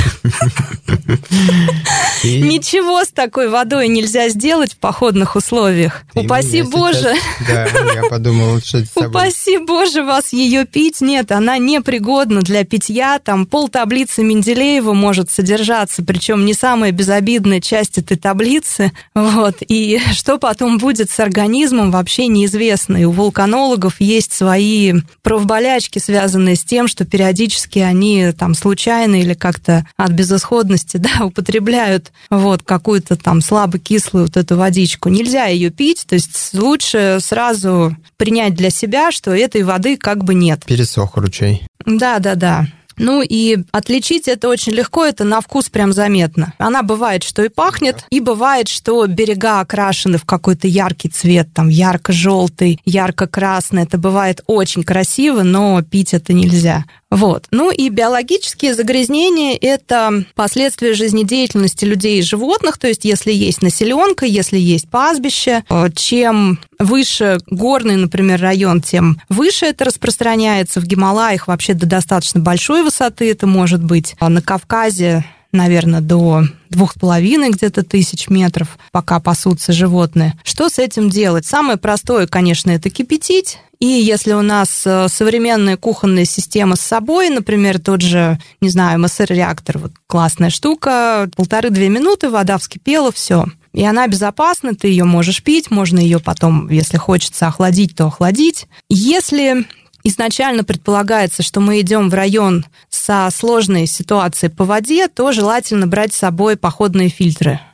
Ничего с такой водой нельзя сделать в походных условиях. Упаси Боже. Да, я подумал, что это с собой. Упаси Боже вас ее пить. Нет, она непригодна для питья. Там полтаблицы Менделеева может содержаться, причем не самая безобидная часть этой таблицы. Вот. И что потом будет с организмом, вообще неизвестно. И у вулканологов есть свои профболячки, связанные с тем, что периодически они там случайно или как-то от безысходности, да, употребляют вот какую-то там слабокислую вот эту водичку. Нельзя ее пить, то есть лучше сразу принять для себя, что этой воды как бы нет. Пересох ручей. Да-да-да. Ну и отличить это очень легко, это на вкус прям заметно. Она бывает, что и пахнет, и бывает, что берега окрашены в какой-то яркий цвет, там ярко-желтый, ярко-красный. Это бывает очень красиво, но пить это нельзя. Вот. Ну и биологические загрязнения – это последствия жизнедеятельности людей и животных, то есть если есть населенка, если есть пастбище, чем выше горный, например, район, тем выше это распространяется. В Гималаях вообще до достаточно большой высоты это может быть. На Кавказе, наверное, до двух с половиной где-то тысяч метров, пока пасутся животные. Что с этим делать? Самое простое, конечно, это кипятить. И если у нас современная кухонная система с собой, например, тот же, не знаю, эм эс эр-реактор, вот классная штука, полторы-две минуты, вода вскипела, все. И она безопасна, ты ее можешь пить, можно ее потом, если хочется охладить, то охладить. Если изначально предполагается, что мы идем в район со сложной ситуацией по воде, то желательно брать с собой походные фильтры.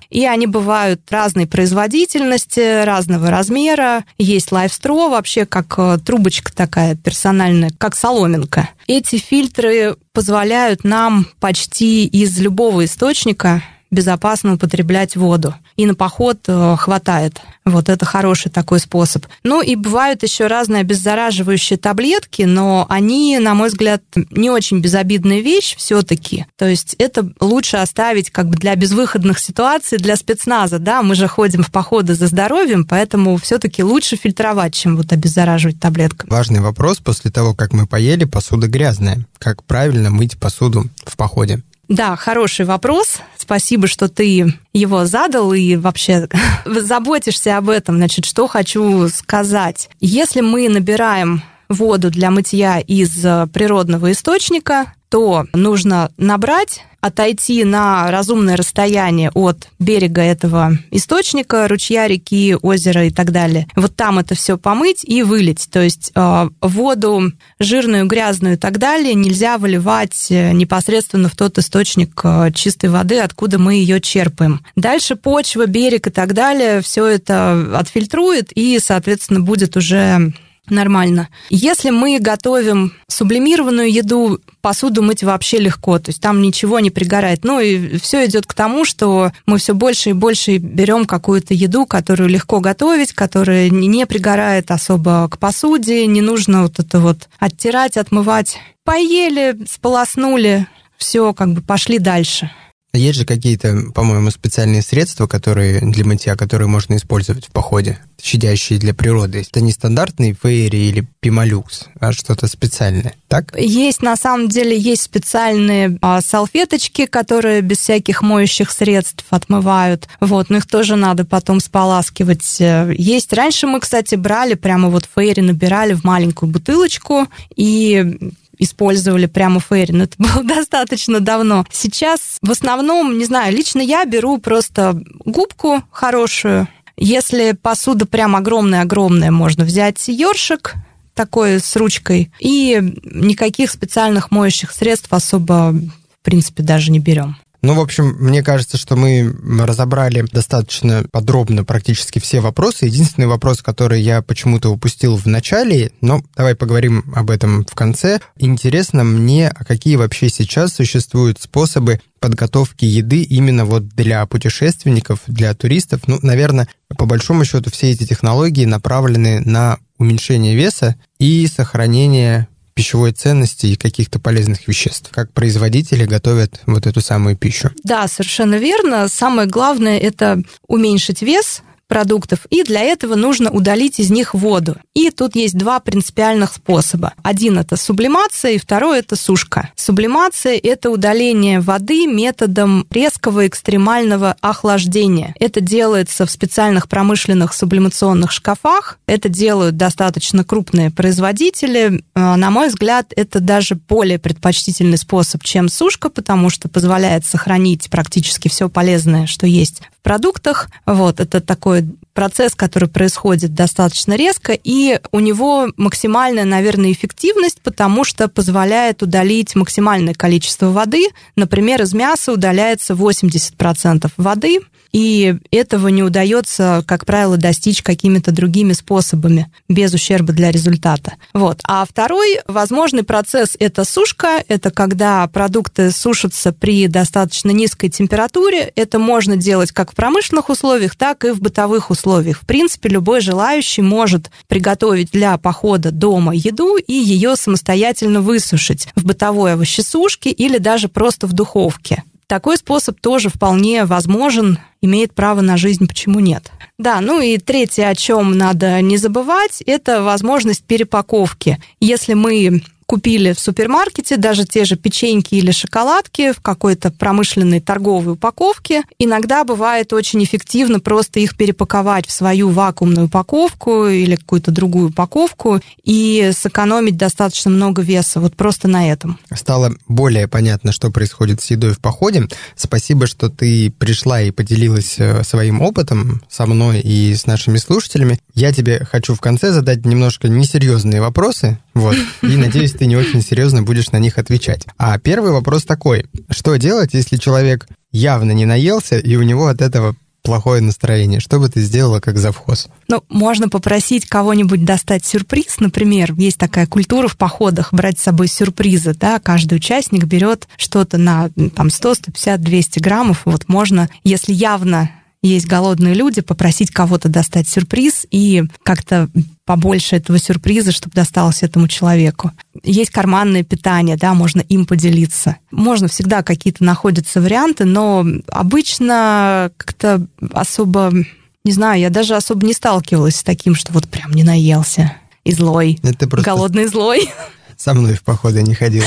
и они бывают разной производительности, разного размера. Есть LifeStraw, вообще как трубочка такая персональная, как соломинка. Эти фильтры позволяют нам почти из любого источника безопасно употреблять воду. И на поход хватает. Вот это хороший такой способ. Ну и бывают еще разные обеззараживающие таблетки, но они, на мой взгляд, не очень безобидная вещь все-таки. То есть это лучше оставить как бы для безвыходных ситуаций, для спецназа, да, мы же ходим в походы за здоровьем, поэтому все-таки лучше фильтровать, чем вот обеззараживать таблетками. Важный вопрос: после того, как мы поели, посуда грязная. Как правильно мыть посуду в походе? Да, хороший вопрос. Спасибо, что ты его задал и вообще заботишься об этом. Значит, что хочу сказать. Если мы набираем воду для мытья из природного источника, то нужно набрать, отойти на разумное расстояние от берега этого источника, ручья, реки, озера и так далее. Вот там это все помыть и вылить. То есть воду жирную, грязную и так далее нельзя выливать непосредственно в тот источник чистой воды, откуда мы ее черпаем. Дальше почва, берег и так далее, все это отфильтрует и, соответственно, будет уже нормально. Если мы готовим сублимированную еду, посуду мыть вообще легко, то есть там ничего не пригорает. Ну и все идет к тому, что мы все больше и больше берем какую-то еду, которую легко готовить, которая не пригорает особо к посуде, не нужно вот это вот оттирать, отмывать. Поели, сполоснули, все, как бы пошли дальше. Есть же какие-то, по-моему, специальные средства, которые для мытья, которые можно использовать в походе, щадящие для природы. Это не стандартный Фейри или Пемолюкс, а что-то специальное, так? Есть, на самом деле, есть специальные а, салфеточки, которые без всяких моющих средств отмывают. Вот, но их тоже надо потом споласкивать. Есть. Раньше мы, кстати, брали, прямо вот Фейри набирали в маленькую бутылочку и использовали прямо Фейри, но это было достаточно давно. Сейчас в основном, не знаю, лично я беру просто губку хорошую. Если посуда прям огромная-огромная, можно взять ёршик такой с ручкой, и никаких специальных моющих средств особо, в принципе, даже не берем. Ну, в общем, мне кажется, что мы разобрали достаточно подробно практически все вопросы. Единственный вопрос, который я почему-то упустил в начале, но давай поговорим об этом в конце. Интересно мне, а какие вообще сейчас существуют способы подготовки еды именно вот для путешественников, для туристов. Ну, наверное, по большому счету все эти технологии направлены на уменьшение веса и сохранение пищевой ценности и каких-то полезных веществ. Как производители готовят вот эту самую пищу. Да, совершенно верно. Самое главное – это уменьшить вес продуктов, и для этого нужно удалить из них воду. И тут есть два принципиальных способа. Один – это сублимация, и второй – это сушка. Сублимация – это удаление воды методом резкого экстремального охлаждения. Это делается в специальных промышленных сублимационных шкафах. Это делают достаточно крупные производители. На мой взгляд, это даже более предпочтительный способ, чем сушка, потому что позволяет сохранить практически все полезное, что есть в продуктах. Вот, это такой процесс, который происходит достаточно резко, и у него максимальная, наверное, эффективность, потому что позволяет удалить максимальное количество воды. Например, из мяса удаляется восемьдесят процентов воды, и этого не удается, как правило, достичь какими-то другими способами, без ущерба для результата. Вот. А второй возможный процесс – это сушка. Это когда продукты сушатся при достаточно низкой температуре. Это можно делать как в промышленных условиях, так и в бытовых условиях. В принципе, любой желающий может приготовить для похода дома еду и ее самостоятельно высушить в бытовой овощесушке или даже просто в духовке. Такой способ тоже вполне возможен, имеет право на жизнь, почему нет. Да, ну и третье, о чем надо не забывать, это возможность перепаковки. Если мы купили в супермаркете даже те же печеньки или шоколадки в какой-то промышленной торговой упаковке, иногда бывает очень эффективно просто их перепаковать в свою вакуумную упаковку или какую-то другую упаковку и сэкономить достаточно много веса вот просто на этом. Стало более понятно, что происходит с едой в походе. Спасибо, что ты пришла и поделилась своим опытом со мной и с нашими слушателями. Я тебе хочу в конце задать немножко несерьезные вопросы, вот, и надеюсь, ты не очень серьезно будешь на них отвечать. А первый вопрос такой. Что делать, если человек явно не наелся, и у него от этого плохое настроение. Что бы ты сделала как завхоз? Ну, можно попросить кого-нибудь достать сюрприз, например. Есть такая культура в походах брать с собой сюрпризы, да, каждый участник берет что-то на там, сто, сто пятьдесят, двести граммов. Вот можно, если явно есть голодные люди, попросить кого-то достать сюрприз и как-то побольше этого сюрприза, чтобы досталось этому человеку. Есть карманное питание, да, можно им поделиться. Можно всегда какие-то находятся варианты, но обычно как-то особо, не знаю, я даже особо не сталкивалась с таким, что вот прям не наелся и злой, голодный злой. Со мной в походы не ходила.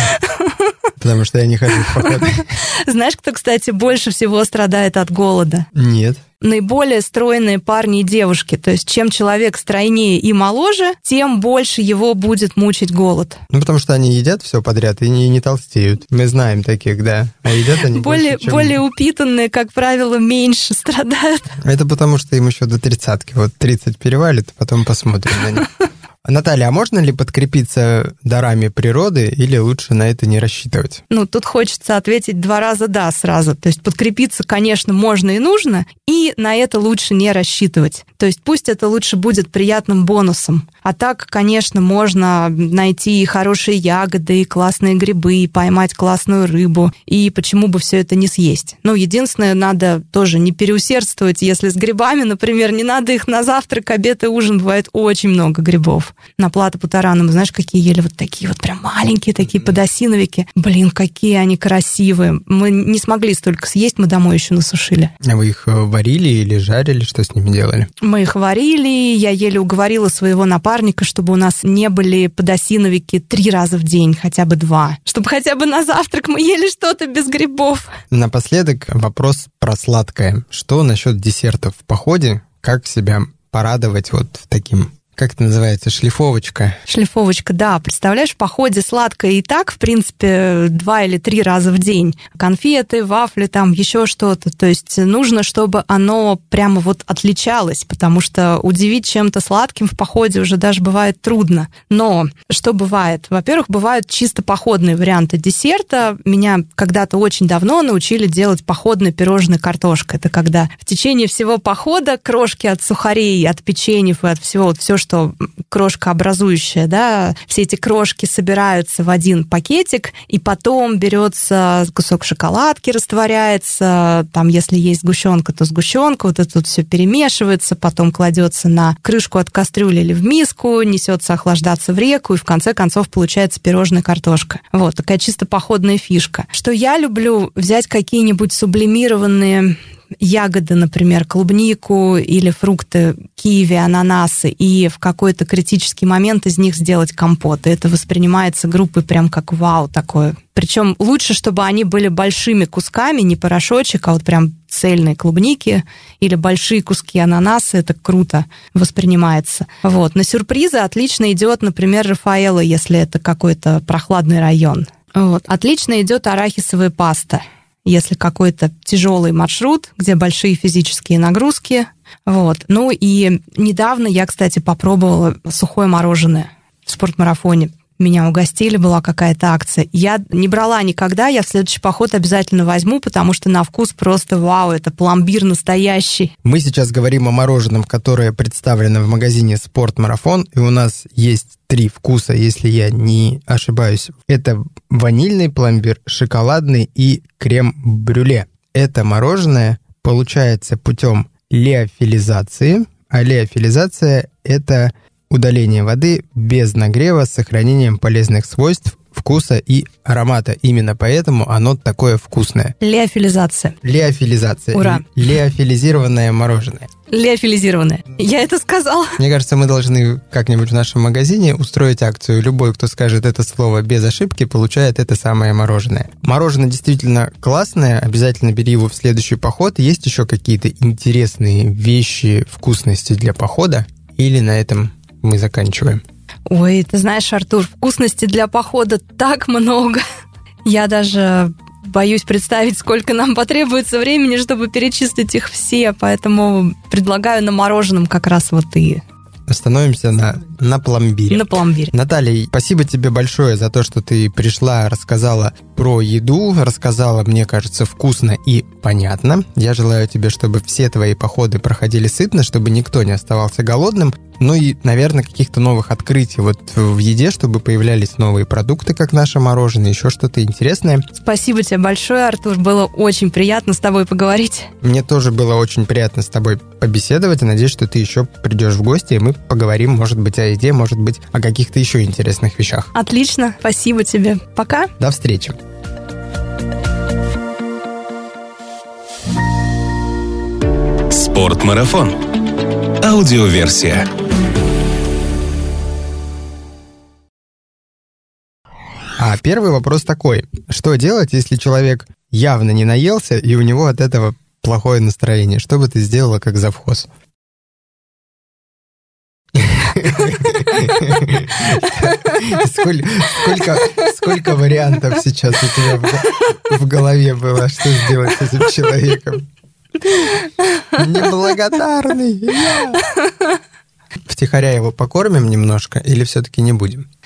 Потому что я не хожу в походы. Знаешь, кто, кстати, больше всего страдает от голода? Нет. Наиболее стройные парни и девушки. То есть, чем человек стройнее и моложе, тем больше его будет мучить голод. Ну, потому что они едят все подряд и не, не толстеют. Мы знаем таких, да. А едят они более, больше, чем... Более упитанные, как правило, меньше страдают. Это потому, что им еще до тридцатки. Вот тридцать перевалит, потом посмотрим на них. Наталья, а можно ли подкрепиться дарами природы или лучше на это не рассчитывать? Ну, тут хочется ответить два раза «да» сразу. То есть подкрепиться, конечно, можно и нужно, и на это лучше не рассчитывать. То есть пусть это лучше будет приятным бонусом. А так, конечно, можно найти и хорошие ягоды, и классные грибы, и поймать классную рыбу, и почему бы все это не съесть. Ну, единственное, надо тоже не переусердствовать, если с грибами, например, не надо их на завтрак, обед и ужин, бывает очень много грибов. На Плато-Путарано, мы знаешь, какие ели вот такие вот прям маленькие такие подосиновики. Блин, какие они красивые. Мы не смогли столько съесть, мы домой еще насушили. А вы их варили или жарили? Что с ними делали? Мы их варили, я еле уговорила своего напарника, чтобы у нас не были подосиновики три раза в день, хотя бы два. Чтобы хотя бы на завтрак мы ели что-то без грибов. Напоследок вопрос про сладкое. Что насчет десертов в походе? Как себя порадовать вот таким... Как это называется? Шлифовочка. Шлифовочка, да. Представляешь, в походе сладкое и так, в принципе, два или три раза в день. Конфеты, вафли, там еще что-то. То есть нужно, чтобы оно прямо вот отличалось, потому что удивить чем-то сладким в походе уже даже бывает трудно. Но что бывает? Во-первых, бывают чисто походные варианты десерта. Меня когда-то очень давно научили делать походное пирожное картошка. Это когда в течение всего похода крошки от сухарей, от печеньев и от всего, вот все, что что крошкообразующее, да, все эти крошки собираются в один пакетик, и потом берется кусок шоколадки, растворяется, там, если есть сгущенка, то сгущенка, вот это вот все перемешивается, потом кладется на крышку от кастрюли или в миску, несется охлаждаться в реку, и в конце концов получается пирожная картошка. Вот, такая чисто походная фишка. Что я люблю, взять какие-нибудь сублимированные ягоды, например, клубнику или фрукты, киви, ананасы, и в какой-то критический момент из них сделать компот. И это воспринимается группой прям как вау такое. Причем лучше, чтобы они были большими кусками, не порошочек, а вот прям цельные клубники или большие куски ананаса. Это круто воспринимается. Вот. На сюрпризы отлично идет, например, Рафаэлло, если это какой-то прохладный район. Вот. Отлично идет арахисовая паста. Если какой-то тяжелый маршрут, где большие физические нагрузки. Вот. Ну и недавно я, кстати, попробовала сухое мороженое в спортмарафоне. Меня угостили, была какая-то акция. Я не брала никогда, я в следующий поход обязательно возьму, потому что на вкус просто вау, это пломбир настоящий. Мы сейчас говорим о мороженом, которое представлено в магазине «Спортмарафон», и у нас есть три вкуса, если я не ошибаюсь. Это ванильный пломбир, шоколадный и крем-брюле. Это мороженое получается путем леофилизации, а леофилизация – это удаление воды без нагрева с сохранением полезных свойств, вкуса и аромата. Именно поэтому оно такое вкусное. Леофилизация. Леофилизация. Ура. Леофилизированное мороженое. Леофилизированное. Я это сказала. Мне кажется, мы должны как-нибудь в нашем магазине устроить акцию. Любой, кто скажет это слово без ошибки, получает это самое мороженое. Мороженое действительно классное. Обязательно бери его в следующий поход. Есть еще какие-то интересные вещи, вкусности для похода? Или на этом мы заканчиваем? Ой, ты знаешь, Артур, вкусностей для похода так много. Я даже боюсь представить, сколько нам потребуется времени, чтобы перечислить их все, поэтому предлагаю на мороженом как раз вот и... Остановимся на, на пломбире. На пломбире. Наталья, спасибо тебе большое за то, что ты пришла, рассказала про еду, рассказала, мне кажется, вкусно и понятно. Я желаю тебе, чтобы все твои походы проходили сытно, чтобы никто не оставался голодным. Ну и, наверное, каких-то новых открытий вот в еде, чтобы появлялись новые продукты, как наше мороженое, еще что-то интересное. Спасибо тебе большое, Артур. Было очень приятно с тобой поговорить. Мне тоже было очень приятно с тобой побеседовать. И надеюсь, что ты еще придешь в гости, и мы поговорим, может быть, о еде, может быть, о каких-то еще интересных вещах. Отлично. Спасибо тебе. Пока. До встречи. Спортмарафон. Аудиоверсия. А первый вопрос такой. Что делать, если человек явно не наелся, и у него от этого плохое настроение? Что бы ты сделала как завхоз? Сколько, сколько, сколько вариантов сейчас у тебя в, в голове было, что сделать с этим человеком? Неблагодарный я. Втихаря его покормим немножко или все-таки не будем?